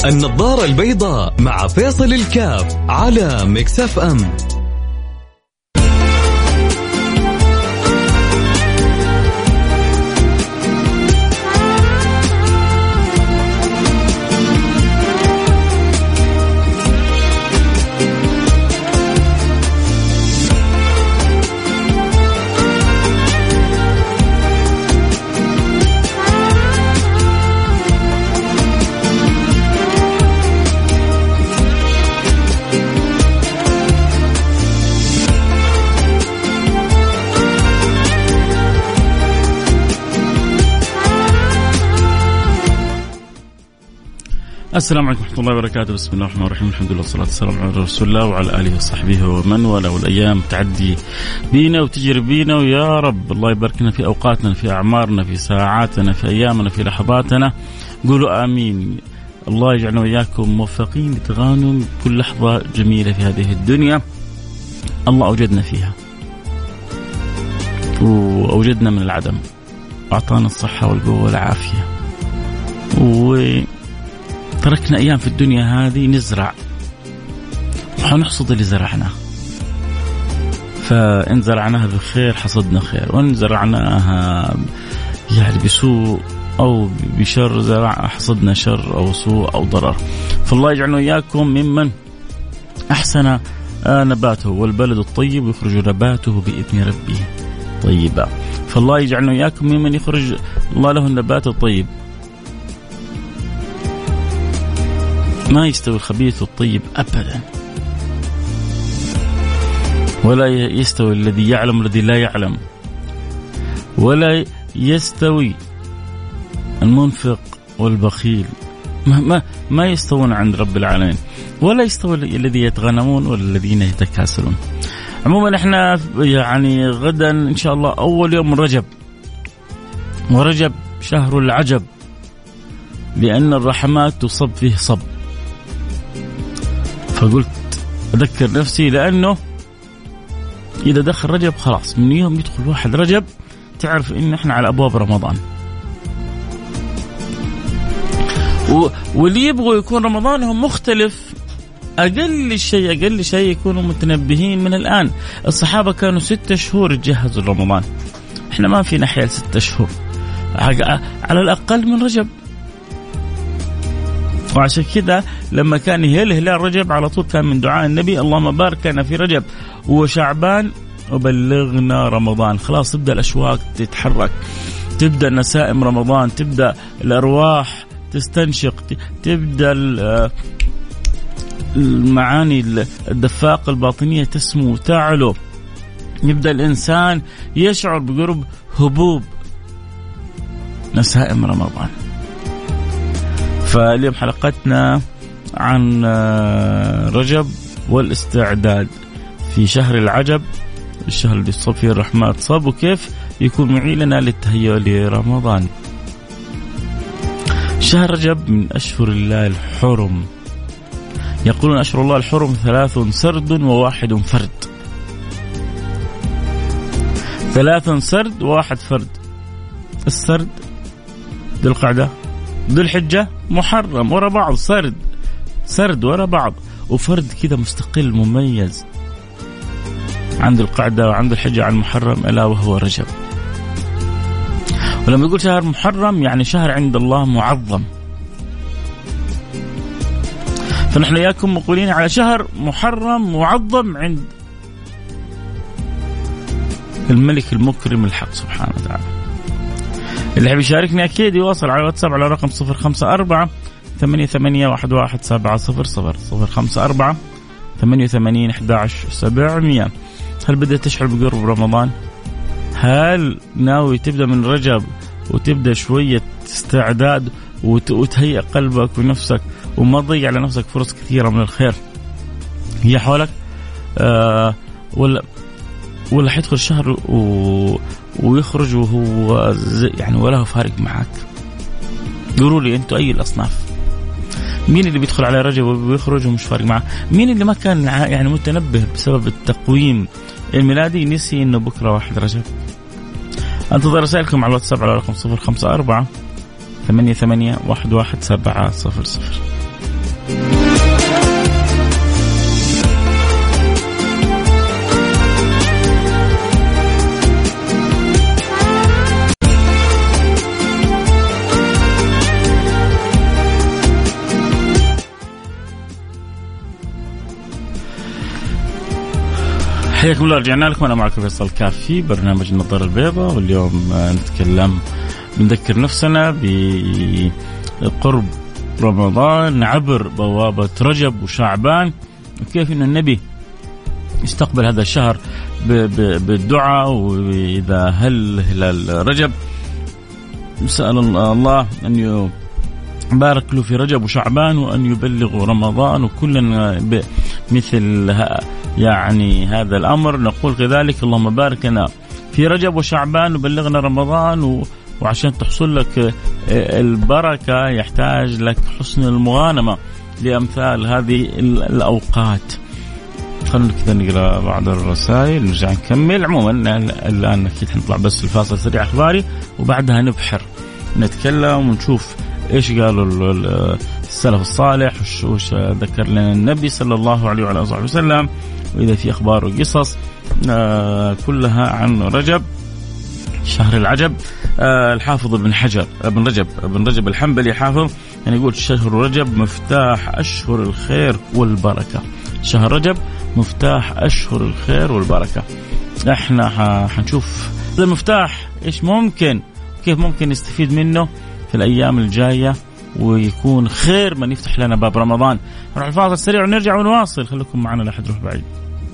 النظارة البيضاء مع فيصل الكاف على ميكس اف ام. السلام عليكم ورحمة الله وبركاته. بسم الله الرحمن الرحيم. الحمد لله والصلاة والسلام على رسول الله وعلى آله وصحبه ومن والاه. والأيام تعدي بينا وتجري بينا، ويا رب الله يباركنا في أوقاتنا، في أعمارنا، في ساعاتنا، في أيامنا، في لحظاتنا. قولوا آمين. الله يجعلنا وإياكم موفقين لتغانم كل لحظة جميلة في هذه الدنيا الله أوجدنا فيها، وأوجدنا من العدم، أعطانا الصحة والقوة والعافية، تركنا أيام في الدنيا هذه نزرع وحنحصد اللي زرعناه. فإن زرعناها بخير حصدنا خير، وإن زرعناها يعني بسوء أو بشر حصدنا شر أو سوء أو ضرر. فالله يجعلنا إياكم ممن أحسن نباته، والبلد الطيب يخرج نباته بإذن ربه طيبا. فالله يجعلنا إياكم ممن يخرج الله له النبات الطيب. ما يستوي الخبيث والطيب أبدا، ولا يستوي الذي يعلم والذي لا يعلم، ولا يستوي المنفق والبخيل، ما يستوون عند رب العالمين، ولا يستوي الذي يتغنمون والذين يتكاسلون. عموما احنا يعني غدا إن شاء الله أول يوم من رجب، ورجب شهر العجب، لأن الرحمات تصب فيه صب. فقلت أذكر نفسي، لأنه إذا دخل رجب خلاص، من يوم يدخل واحد رجب تعرف إن إحنا على أبواب رمضان. واللي يبغوا يكون رمضانهم مختلف أقل شيء يكونوا متنبهين من الآن. الصحابة كانوا 6 شهور يتجهزوا لرمضان، إحنا ما في نحيل 6 شهور، على الأقل من رجب. وعشان كذا لما كان هلال رجب على طول كان من دعاء النبي اللهم بارك لنا في رجب وشعبان وبلغنا رمضان. خلاص تبدأ الأشواق تتحرك، تبدأ نسائم رمضان، تبدأ الأرواح تستنشق، تبدأ المعاني الدفاق الباطنية تسمو تعلو، يبدأ الإنسان يشعر بقرب هبوب نسائم رمضان. فاليوم حلقتنا عن رجب والاستعداد في شهر العجب، الشهر اللي صب فيه الرحمات صب، وكيف يكون معيلنا للتهيئ لرمضان. شهر رجب من أشهر الله الحرم، يقولون أشهر الله الحرم 3 سرد و1 فرد. 3 سرد و1 فرد. السرد ذي القعدة، ذو الحجة، محرم، ورا بعض، سرد ورا بعض، وفرد كذا مستقل مميز عند القعدة وعند الحجة عن محرم، ألا وهو رجب. ولما يقول شهر محرم يعني شهر عند الله معظم. فنحن إياكم مقولين على شهر محرم معظم عند الملك المكرم الحق سبحانه وتعالى. اللي حبي يشاركني أكيد يواصل على الواتساب على رقم 054-88-11700 054-88-11-700. هل بدأت تشعر بقرب رمضان؟ هل ناوي تبدأ من رجب وتبدأ شوية استعداد وتهيئ قلبك ونفسك وما تضيع على نفسك فرص كثيرة من الخير هي حولك؟ ولا حيدخل الشهر ويخرج وهو يعني ولا فارق معك؟ قولوا لي أنتوا أي الأصناف، مين اللي بيدخل على رجب ويخرج ومش فارق معه؟ مين اللي ما كان يعني متنبه بسبب التقويم الميلادي نسي إنه بكرة 1 رجب؟ انتظر رسائلكم على الواتساب على رقم 054-88-11700. حياكم الله، رجعنا لكم. أنا معكم فيصل كاف في برنامج النظارة البيضاء، واليوم بنذكر نفسنا بقرب رمضان عبر بوابة رجب وشعبان، وكيف إن النبي يستقبل هذا الشهر بالدعاء، وإذا هلال رجب سأل الله أن يبارك له في رجب وشعبان وأن يبلغ رمضان، وكلنا مثل يعني هذا الأمر نقول كذلك: اللهم بارك لنا في رجب وشعبان وبلغنا رمضان. وعشان تحصل لك البركة يحتاج لك حسن المغانمة لأمثال هذه الأوقات. خلونا كذا نقرأ بعض الرسائل نرجع نكمل. عموما الآن أكيد حنطلع بس الفاصل سريع أخباري، وبعدها نبحر نتكلم ونشوف إيش قالوا السلف الصالح، وش ذكر لنا النبي صلى الله عليه وعلى آله وسلم، وإذا في أخبار وقصص كلها عن رجب شهر العجب. الحافظ ابن رجب الحنبلي حافظ يعني يقول: شهر رجب مفتاح أشهر الخير والبركة. شهر رجب مفتاح أشهر الخير والبركة. احنا حنشوف هذا المفتاح إيش ممكن، كيف ممكن نستفيد منه في الأيام الجاية ويكون خير من يفتح لنا باب رمضان. نروح الفاصل سريع ونرجع ونواصل. خليكم معنا، لا أحد يروح بعيد.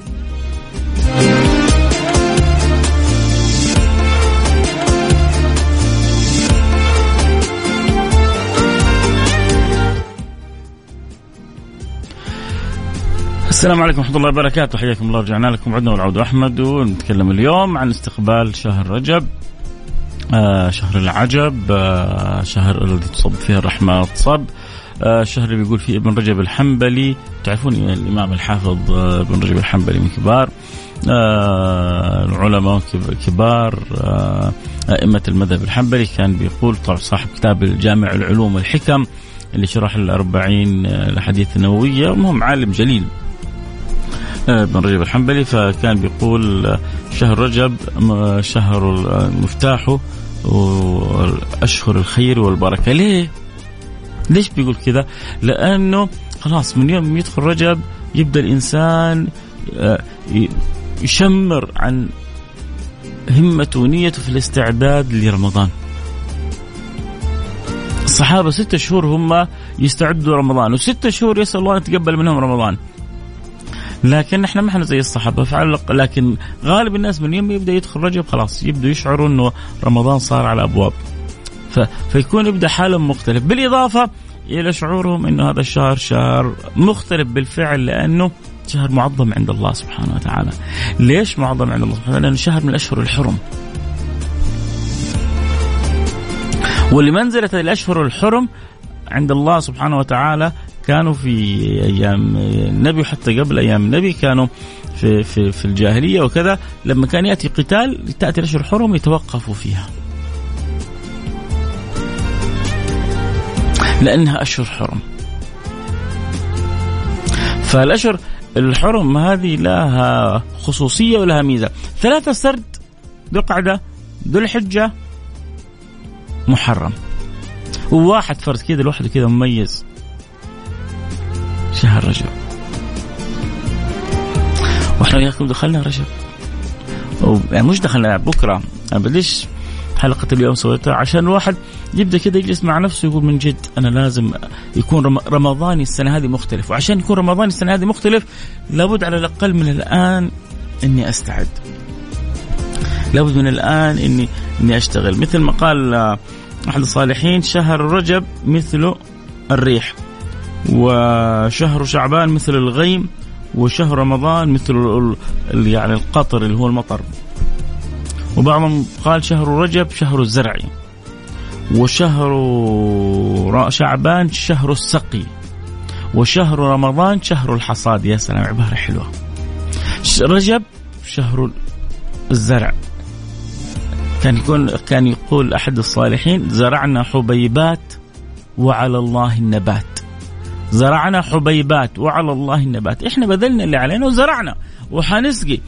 السلام عليكم ورحمة الله وبركاته، حياكم الله. رجعنا لكم، عدنا والعود أحمد، ونتكلم اليوم عن استقبال شهر رجب، شهر العجب، شهر الذي تصب فيه الرحمة تصب، الشهر اللي بيقول فيه ابن رجب الحنبلي. تعرفون الإمام الحافظ ابن رجب الحنبلي من كبار العلماء، كبار أئمة المذهب الحنبلي. كان بيقول طبعا صاحب كتاب الجامع العلوم والحكم اللي شرح 40 الحديث النووية، وهم عالم جليل ابن رجب الحنبلي. فكان بيقول شهر رجب شهر مفتاحه وأشهر الخير والبركة. ليش بيقول كذا؟ لأنه خلاص من يوم يدخل رجب يبدأ الإنسان يشمر عن همته ونيته في الاستعداد لرمضان. الصحابة 6 شهور هم يستعدوا رمضان، و6 شهور يسأل الله أن يتقبل منهم رمضان. لكن احنا ما احنا زي الصحابة لكن غالب الناس من يوم يبدأ يدخل رجب خلاص يبدأ يشعروا أنه رمضان صار على أبواب، فيكون يبدأ حالهم مختلف، بالإضافة إلى شعورهم أنه هذا الشهر شهر مختلف بالفعل، لأنه شهر معظم عند الله سبحانه وتعالى. ليش معظم عند الله سبحانه وتعالى؟ لأنه شهر من الأشهر الحرم، ولمنزلة الأشهر الحرم عند الله سبحانه وتعالى كانوا في أيام النبي، وحتى قبل أيام النبي كانوا في الجاهلية وكذا، لما كان يأتي قتال تأتي الأشهر الحرم يتوقفوا فيها، لأنها أشهر حرم. فالأشهر الحرم هذه لها خصوصية ولها ميزة. 3 سرد، ذو القعدة، ذو الحجة، محرم، وواحد فرد كذا لوحده كذا مميز، شهر رجب. واحنا وياكم دخلنا رجب، يعني مش دخلنا بكرة. أنا بديش حلقة اليوم سويتها عشان الواحد يبدأ كده يجلس مع نفسه يقول من جد أنا لازم يكون رمضاني السنة هذه مختلف، وعشان يكون رمضاني السنة هذه مختلف لابد على الأقل من الآن إني أستعد، لابد من الآن إني أشتغل. مثل ما قال أحد الصالحين: شهر رجب مثل الريح، وشهر شعبان مثل الغيم، وشهر رمضان مثل يعني القطر اللي هو المطر. وبعضهم قال شهر رجب شهر الزرع، وشهر شعبان شهر السقي، وشهر رمضان شهر الحصاد. يا سلام، عبارة حلوة. رجب شهر الزرع، كان يقول أحد الصالحين: زرعنا حبيبات وعلى الله النبات. زرعنا حبيبات وعلى الله النبات. إحنا بذلنا اللي علينا وزرعنا وحنسقي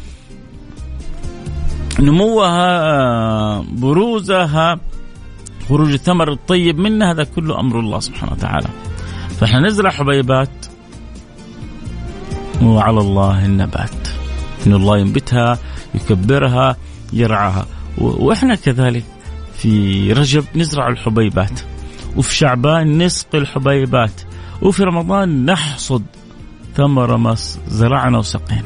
نموها، بروزها، خروج الثمر الطيب منها، هذا كله أمر الله سبحانه وتعالى. فإحنا نزرع حبيبات وعلى الله النبات، إن الله ينبتها يكبرها يرعاها. وإحنا كذلك في رجب نزرع الحبيبات، وفي شعبان نسقي الحبيبات، وفي رمضان نحصد ثمر ما زرعنا وسقينا.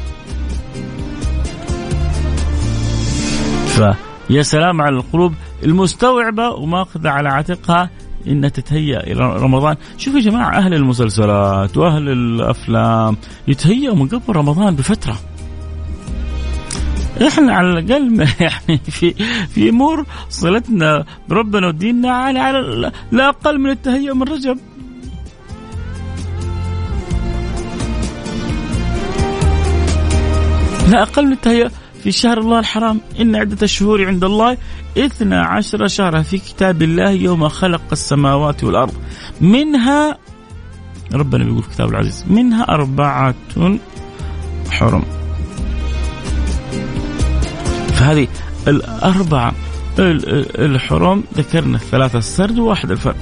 فيا سلام على القلوب المستوعبة وماخذة على عاتقها إن تتهيأ إلى رمضان. شوفوا يا جماعة، أهل المسلسلات وأهل الأفلام يتهيأوا من قبل رمضان بفترة. إحنا على الأقل يعني في أمور صلتنا بربنا وديننا على لا أقل من التهيؤ من رجب. لا أقل من التهيؤ في شهر الله الحرام. إن عدة الشهور عند الله 12 شهرا في كتاب الله يوم خلق السماوات والأرض، منها ربنا بيقول في كتاب العزيز منها 4 حرم. فهذه 4 الحرم ذكرنا 3 السرد و1 الفرد.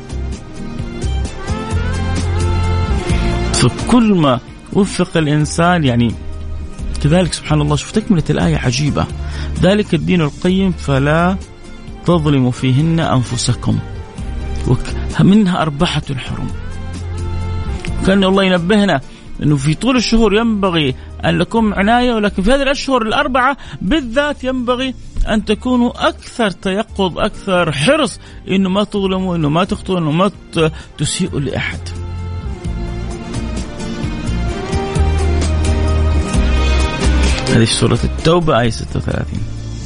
فكل ما وفق الإنسان يعني كذلك سبحان الله. شوف تكملة الآية عجيبة، ذلك الدين القيم فلا تظلموا فيهن أنفسكم، منها 4 حرم. كان الله ينبهنا أنه في طول الشهور ينبغي أن لكم عناية، ولكن في هذه الأشهر 4 بالذات ينبغي أن تكونوا أكثر تيقظ، أكثر حرص، إنه ما تظلموا، إنه ما تخطئوا، إنه ما تسيئوا لأحد. هذه سورة التوبة آية 36.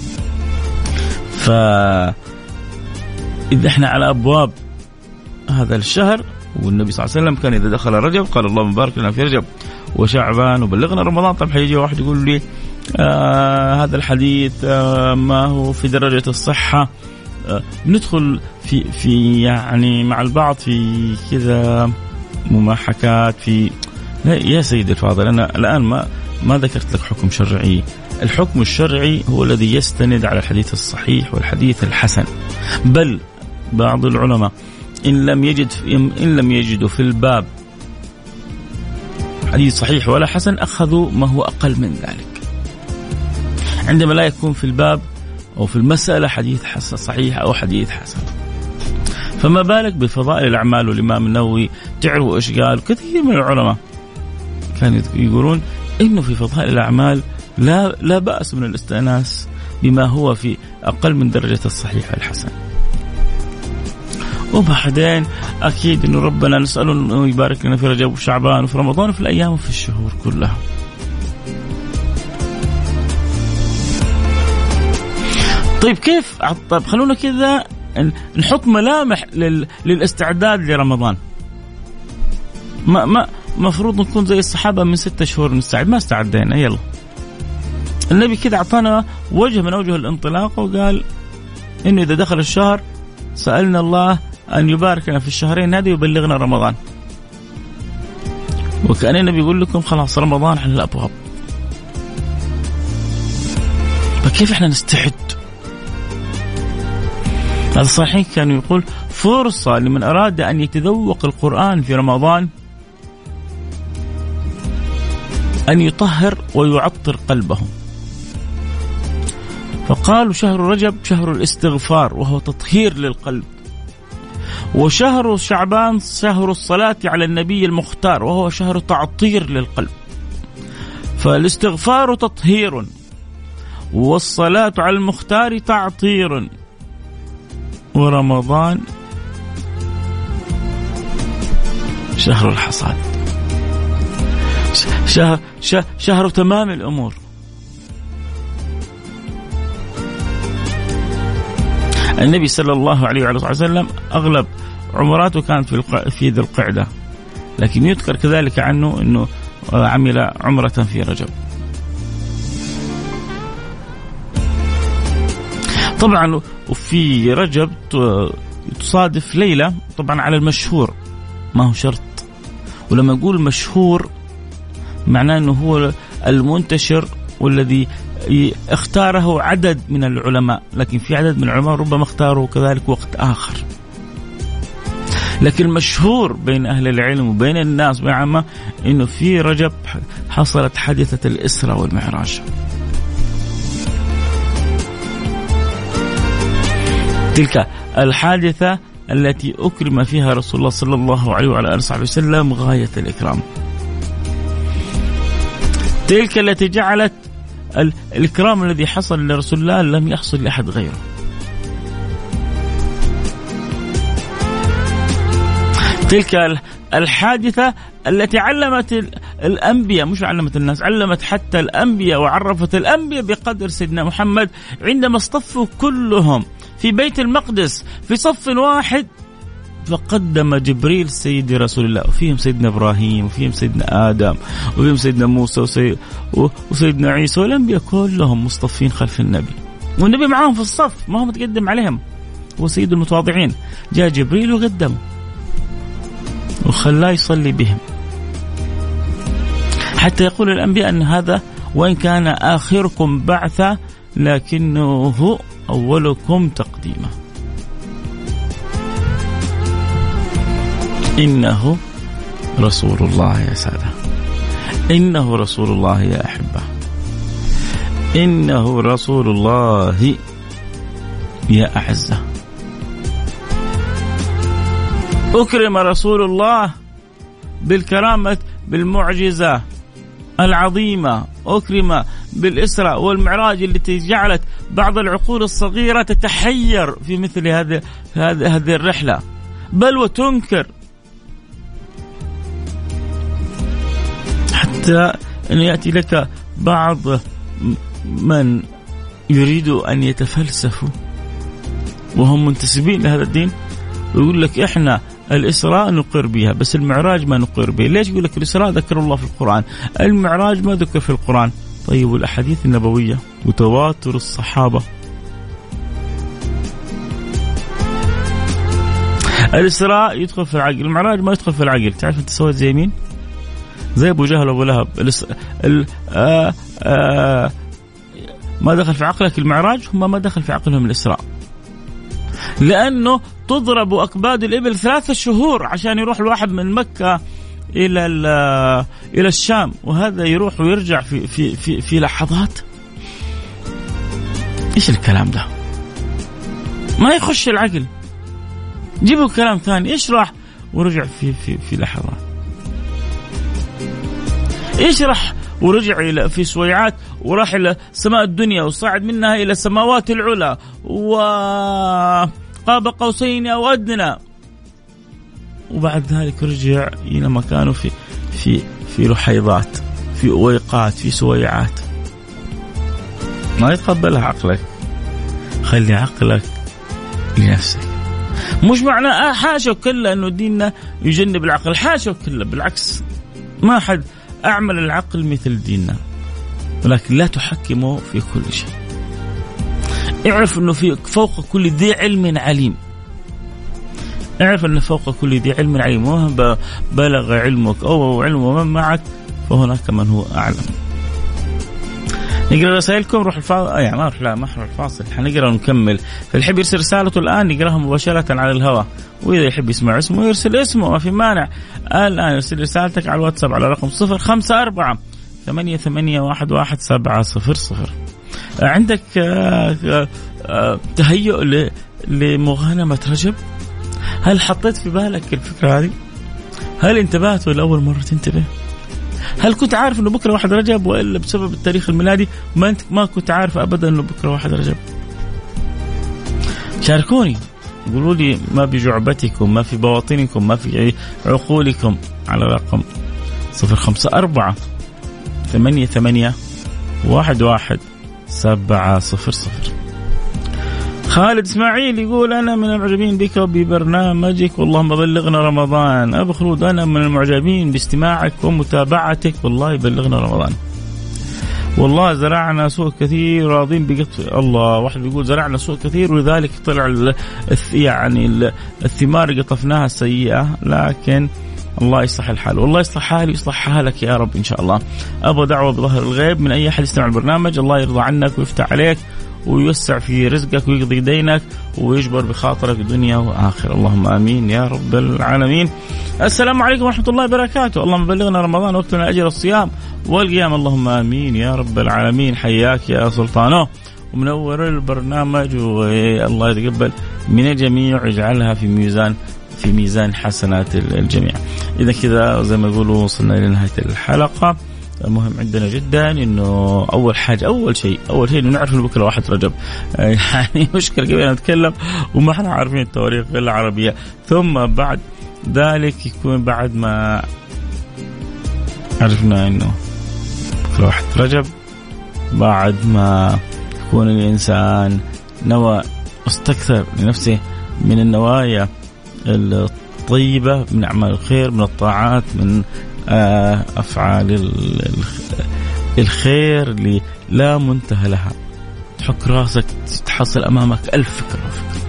فإذا احنا على أبواب هذا الشهر، والنبي صلى الله عليه وسلم كان إذا دخل رجب قال اللهم بارك لنا في رجب وشعبان وبلغنا رمضان. طب حيجي واحد يقول لي هذا الحديث ما هو في درجة الصحة. ندخل في يعني مع البعض في كذا مماحكات في. يا سيدي الفاضل، أنا الآن ما ذكرت لك حكم شرعي. الحكم الشرعي هو الذي يستند على الحديث الصحيح والحديث الحسن. بل بعض العلماء إن لم يجدوا في الباب حديث صحيح ولا حسن أخذوا ما هو أقل من ذلك، عندما لا يكون في الباب أو في المسألة حديث حسن صحيح أو حديث حسن. فما بالك بفضائل الأعمال. والإمام النووي تعرفوا إيش قال. كثير من العلماء كانوا يقولون إنه في فضائل الأعمال لا بأس من الاستئناس بما هو في أقل من درجة الصحيح والحسن. وبعدين أكيد إنه ربنا نسأله إنه يبارك لنا في رجب وشعبان وفي رمضان وفي الأيام وفي الشهور كلها. طيب كيف؟ طيب خلونا كذا نحط ملامح للاستعداد لرمضان. ما مفروض نكون زي الصحابة من 6 شهور نستعد، ما استعدينا. يلا النبي كده أعطانا وجه من أوجه الانطلاق وقال إنه إذا دخل الشهر سألنا الله أن يباركنا في الشهرين هذه ويبلغنا رمضان. وكأن النبي يقول لكم خلاص رمضان على الأبواب. فكيف إحنا نستعد؟ هذا صحيح كان يقول فرصة لمن أراد أن يتذوق القرآن في رمضان أن يطهر ويعطر قلبه. فقالوا شهر رجب شهر الاستغفار وهو تطهير للقلب، وشهر شعبان شهر الصلاة على النبي المختار وهو شهر تعطير للقلب. فالاستغفار تطهير والصلاة على المختار تعطير، ورمضان شهر الحصاد، شهر تمام الأمور. النبي صلى الله عليه وسلم أغلب عمراته كانت في ذي القعدة، لكن يذكر كذلك عنه أنه عمل عمرة في رجب. طبعا وفي رجب تصادف ليلة، طبعا على المشهور ما هو شرط ولما نقول مشهور معناه أنه هو المنتشر والذي اختاره عدد من العلماء، لكن في عدد من العلماء ربما اختاروا كذلك وقت آخر. لكن المشهور بين أهل العلم وبين الناس بعامة أنه في رجب حصلت حادثة الإسراء والمعراج. تلك الحادثة التي أكرم فيها رسول الله صلى الله عليه وعلى آله وصحبه وسلم غاية الإكرام، تلك التي جعلت الإكرام الذي حصل لرسول الله لم يحصل لأحد غيره. تلك الحادثة التي علمت الأنبياء، مش علمت الناس، علمت حتى الأنبياء وعرفت الأنبياء بقدر سيدنا محمد عندما اصطفوا كلهم في بيت المقدس في صف واحد، فقدم جبريل سيد رسول الله، وفيهم سيدنا إبراهيم وفيهم سيدنا آدم وفيهم سيدنا موسى وسيدنا عيسى، والأنبياء كلهم مصطفين خلف النبي، والنبي معاهم في الصف، ما هو متقدم عليهم، هو سيد المتواضعين. جاء جبريل وقدمه وخلاه يصلي بهم، حتى يقول الأنبياء أن هذا وإن كان آخركم بعثة لكنه أولكم تقديما. إنه رسول الله يا سادة، إنه رسول الله يا أحبة، إنه رسول الله يا أعزة. أكرم رسول الله بالكرامة بالمعجزة العظيمة، أكرم بالإسراء والمعراج التي جعلت بعض العقول الصغيرة تتحير في مثل هذه الرحلة، بل وتنكر، حتى أن يأتي لك بعض من يريد أن يتفلسفوا وهم منتسبين لهذا الدين، ويقول لك إحنا الإسراء نقر بها بس المعراج ما نقر به. ليش؟ يقول لك الإسراء ذكر الله في القرآن، المعراج ما ذكر في القرآن. طيب والأحاديث النبوية وتواتر الصحابة، الإسراء يدخل في العقل، المعراج ما يدخل في العقل. تعرف أنت سويت زي مين؟ زي أبو جهل وأبو لهب. ما دخل في عقلك المعراج، هم ما دخل في عقلهم الإسراء، لأنه تضرب أكباد الإبل 3 شهور عشان يروح الواحد من مكة إلى الشام، وهذا يروح ويرجع في لحظات. إيش الكلام ده؟ ما يخش العقل. جيبوا كلام ثاني يشرح ورجع في لحظات. يشرح ورجع إلى في سويعات وراح إلى سماء الدنيا وصعد منها إلى السماوات العلى وقاب قوسين أو أدنى، وبعد ذلك رجع إلى مكانه في رحيضات، في أويقات، في سويعات. ما يتقبلها عقلك، خلي عقلك لنفسك. مش معنى حاشا وكلا أنه ديننا يجنب العقل، حاشا وكلا، بالعكس ما حد أعمل العقل مثل ديننا، ولكن لا تحكمه في كل شيء. اعرف أنه في فوق كل ذي علم عليم، اعرف أن فوق كل ذي علم عليم، وما بلغ علمك أو علم من معك فهناك من هو أعلم. نقرأ رسائلكم. روح الفاصل، يعني ما نروح الفاصل، حنقرأ ونكمل. فالحب يرسل رسالته الآن نقرأها مباشرة على الهواء، وإذا يحب يسمع اسمه يرسل اسمه، ما في مانع. الآن يرسل رسالتك على الواتساب على رقم 0548811700. عندك تهيؤ لمغانمة رجب؟ هل حطيت في بالك الفكرة هذه؟ هل انتبهت ولا أول مرة تنتبه؟ هل كنت عارف أنه بكرة 1 رجب، وإلا بسبب التاريخ الميلادي ما كنت عارف أبدا أنه بكرة 1 رجب؟ شاركوني، قولوا لي ما بجعبتكم، ما في بواطنكم، ما في عقولكم، على رقم 0548811700. خالد إسماعيل يقول أنا من المعجبين بك وببرنامجك، واللهم بلغنا رمضان. أبو خلود أنا من المعجبين باستماعك ومتابعتك، والله بلغنا رمضان. والله زرعنا سوء كثير راضين بقطف الله. واحد بيقول زرعنا سوء كثير ولذلك طلع يعني الثمار قطفناها سيئة، لكن الله يصلح الحال، والله يصلح حالي ويصلح حالك يا رب إن شاء الله. أبغى دعوة بظهر الغيب من أي أحد يستمع البرنامج، الله يرضى عنك ويفتح عليك ويوسع في رزقك ويقضي دينك ويجبر بخاطرك دنيا وآخر، اللهم آمين يا رب العالمين. السلام عليكم ورحمة الله وبركاته. اللهم بلغنا رمضان وقتنا أجر الصيام والقيام، اللهم آمين يا رب العالمين. حياك يا سلطانه ومنور البرنامج، والله يتقبل من الجميع ويجعلها في ميزان حسنات الجميع. إذا كذا زي ما يقولوا وصلنا لنهاية الحلقة. مهم عندنا جدا إنه أول شيء إنه نعرف إنه بكرة 1 رجب. يعني مشكلة كبيرة نتكلم وما احنا عارفين التواريخ غير العربية. ثم بعد ذلك يكون بعد ما عرفنا إنه بكرة 1 رجب، بعد ما يكون الإنسان نوى استكثر لنفسه من النوايا الطيبة، من أعمال الخير، من الطاعات، من أفعال الخير اللي لا منتهى لها. تحك راسك تحصل أمامك 1000 فكرة،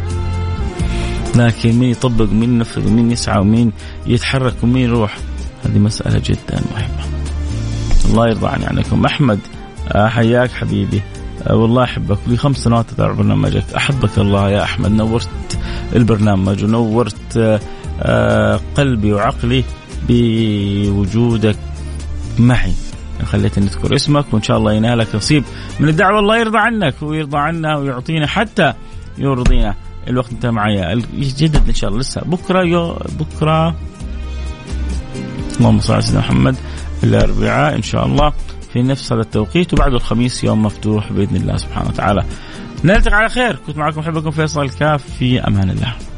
لكن مين يطبق ومين ينفذ ومين يسعى ومين يتحرك ومين يروح، هذه مسألة جدا مهمة. الله يرضى عنكم. أحمد حياك حبيبي، والله أحبك، لي 5 سنوات أتابع برنامجك، أحبك الله يا أحمد، نورت البرنامج ونورت قلبي وعقلي بوجودك معي. خليتني أذكر اسمك، وإن شاء الله ينالك نصيب من الدعوة. الله يرضى عنك ويرضى عنا ويعطينا حتى يرضينا. الوقت انت معايا يجدد إن شاء الله لسه بكرة اللهم صل على سيدنا محمد، الأربعاء إن شاء الله في نفس هذا التوقيت، وبعد الخميس يوم مفتوح بإذن الله سبحانه وتعالى. نلتقي على خير. كنت معكم حبكم فيصل الكاف، في أمان الله.